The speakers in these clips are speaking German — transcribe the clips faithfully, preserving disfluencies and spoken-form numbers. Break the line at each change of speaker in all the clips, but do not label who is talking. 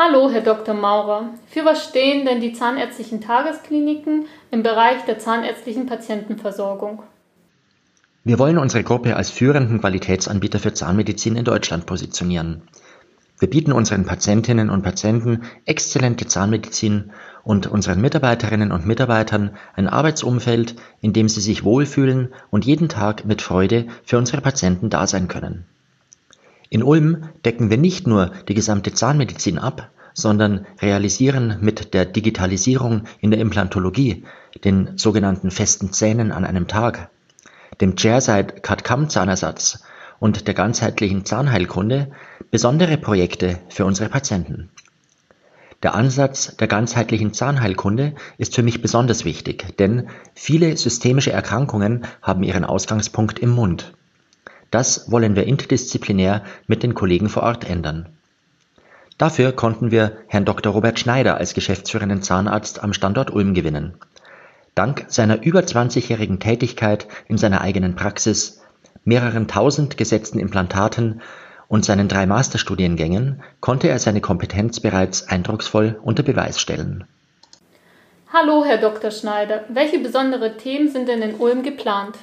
Hallo, Herr Doktor Maurer. Für was stehen denn die zahnärztlichen Tageskliniken im Bereich der zahnärztlichen Patientenversorgung?
Wir wollen unsere Gruppe als führenden Qualitätsanbieter für Zahnmedizin in Deutschland positionieren. Wir bieten unseren Patientinnen und Patienten exzellente Zahnmedizin und unseren Mitarbeiterinnen und Mitarbeitern ein Arbeitsumfeld, in dem sie sich wohlfühlen und jeden Tag mit Freude für unsere Patienten da sein können. In Ulm decken wir nicht nur die gesamte Zahnmedizin ab, sondern realisieren mit der Digitalisierung in der Implantologie, den sogenannten festen Zähnen an einem Tag, dem Chairside Cut-Cam-Zahnersatz und der ganzheitlichen Zahnheilkunde besondere Projekte für unsere Patienten. Der Ansatz der ganzheitlichen Zahnheilkunde ist für mich besonders wichtig, denn viele systemische Erkrankungen haben ihren Ausgangspunkt im Mund. Das wollen wir interdisziplinär mit den Kollegen vor Ort ändern. Dafür konnten wir Herrn Doktor Robert Schneider als geschäftsführenden Zahnarzt am Standort Ulm gewinnen. Dank seiner über zwanzigjährigen Tätigkeit in seiner eigenen Praxis, mehreren tausend gesetzten Implantaten und seinen drei Masterstudiengängen konnte er seine Kompetenz bereits eindrucksvoll unter Beweis stellen.
Hallo, Herr Doktor Schneider. Welche besondere Themen sind denn in Ulm geplant?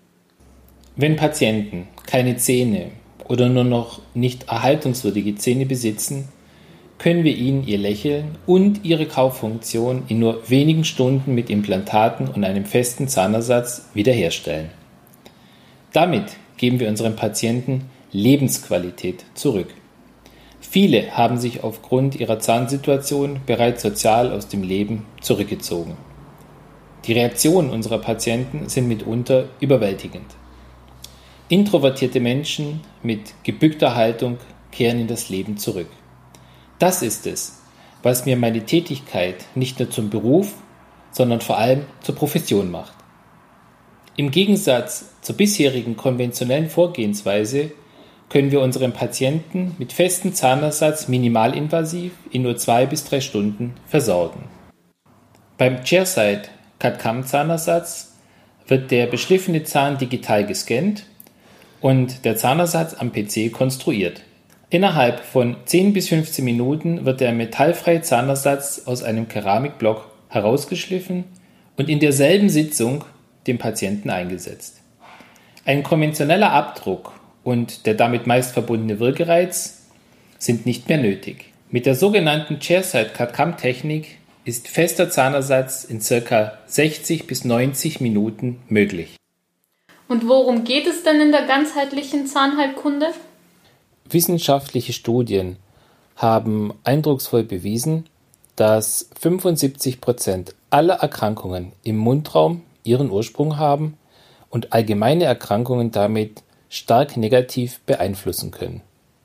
Wenn Patienten keine Zähne oder nur noch nicht erhaltungswürdige Zähne besitzen, können wir ihnen ihr Lächeln und ihre Kauffunktion in nur wenigen Stunden mit Implantaten und einem festen Zahnersatz wiederherstellen. Damit geben wir unseren Patienten Lebensqualität zurück. Viele haben sich aufgrund ihrer Zahnsituation bereits sozial aus dem Leben zurückgezogen. Die Reaktionen unserer Patienten sind mitunter überwältigend. Introvertierte Menschen mit gebückter Haltung kehren in das Leben zurück. Das ist es, was mir meine Tätigkeit nicht nur zum Beruf, sondern vor allem zur Profession macht. Im Gegensatz zur bisherigen konventionellen Vorgehensweise können wir unseren Patienten mit festem Zahnersatz minimalinvasiv in nur zwei bis drei Stunden versorgen. Beim Chairside Cut-Cam-Zahnersatz wird der beschliffene Zahn digital gescannt und der Zahnersatz am P C konstruiert. Innerhalb von zehn bis fünfzehn Minuten wird der metallfreie Zahnersatz aus einem Keramikblock herausgeschliffen und in derselben Sitzung dem Patienten eingesetzt. Ein konventioneller Abdruck und der damit meist verbundene Würgereiz sind nicht mehr nötig. Mit der sogenannten Chairside Cut-Cam-Technik ist fester Zahnersatz in ca. sechzig bis neunzig Minuten möglich.
Und worum geht es denn in der ganzheitlichen Zahnheilkunde?
Wissenschaftliche Studien haben eindrucksvoll bewiesen, dass fünfundsiebzig Prozent aller Erkrankungen im Mundraum ihren Ursprung haben und allgemeine Erkrankungen damit stark negativ beeinflussen können.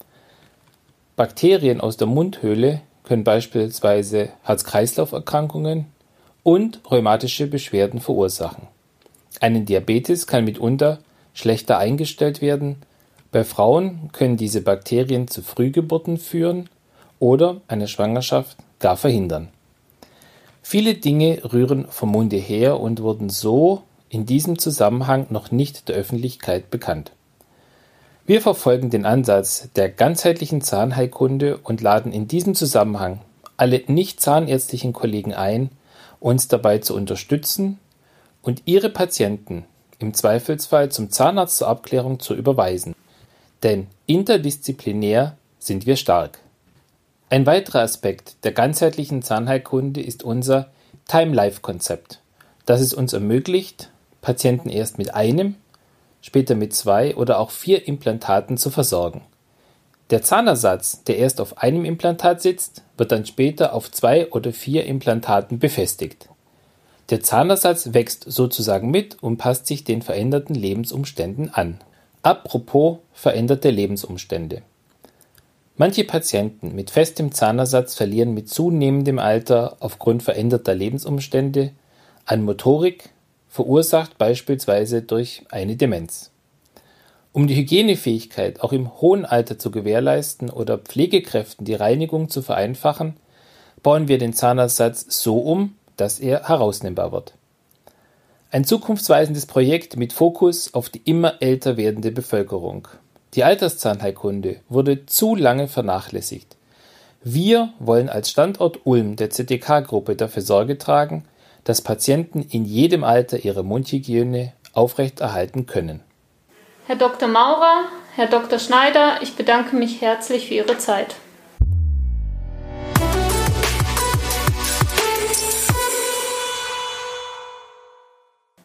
Bakterien aus der Mundhöhle können beispielsweise Herz-Kreislauf-Erkrankungen und rheumatische Beschwerden verursachen. Einen Diabetes kann mitunter schlechter eingestellt werden. Bei Frauen können diese Bakterien zu Frühgeburten führen oder eine Schwangerschaft gar verhindern. Viele Dinge rühren vom Munde her und wurden so in diesem Zusammenhang noch nicht der Öffentlichkeit bekannt. Wir verfolgen den Ansatz der ganzheitlichen Zahnheilkunde und laden in diesem Zusammenhang alle nicht zahnärztlichen Kollegen ein, uns dabei zu unterstützen und ihre Patienten im Zweifelsfall zum Zahnarzt zur Abklärung zu überweisen. Denn interdisziplinär sind wir stark. Ein weiterer Aspekt der ganzheitlichen Zahnheilkunde ist unser Time-Life-Konzept, das es uns ermöglicht, Patienten erst mit einem, später mit zwei oder auch vier Implantaten zu versorgen. Der Zahnersatz, der erst auf einem Implantat sitzt, wird dann später auf zwei oder vier Implantaten befestigt. Der Zahnersatz wächst sozusagen mit und passt sich den veränderten Lebensumständen an. Apropos veränderte Lebensumstände. Manche Patienten mit festem Zahnersatz verlieren mit zunehmendem Alter aufgrund veränderter Lebensumstände an Motorik, verursacht beispielsweise durch eine Demenz. Um die Hygienefähigkeit auch im hohen Alter zu gewährleisten oder Pflegekräften die Reinigung zu vereinfachen, bauen wir den Zahnersatz so um, dass er herausnehmbar wird. Ein zukunftsweisendes Projekt mit Fokus auf die immer älter werdende Bevölkerung. Die Alterszahnheilkunde wurde zu lange vernachlässigt. Wir wollen als Standort Ulm der Z D K-Gruppe dafür Sorge tragen, dass Patienten in jedem Alter ihre Mundhygiene aufrechterhalten können.
Herr Doktor Maurer, Herr Doktor Schneider, ich bedanke mich herzlich für Ihre Zeit.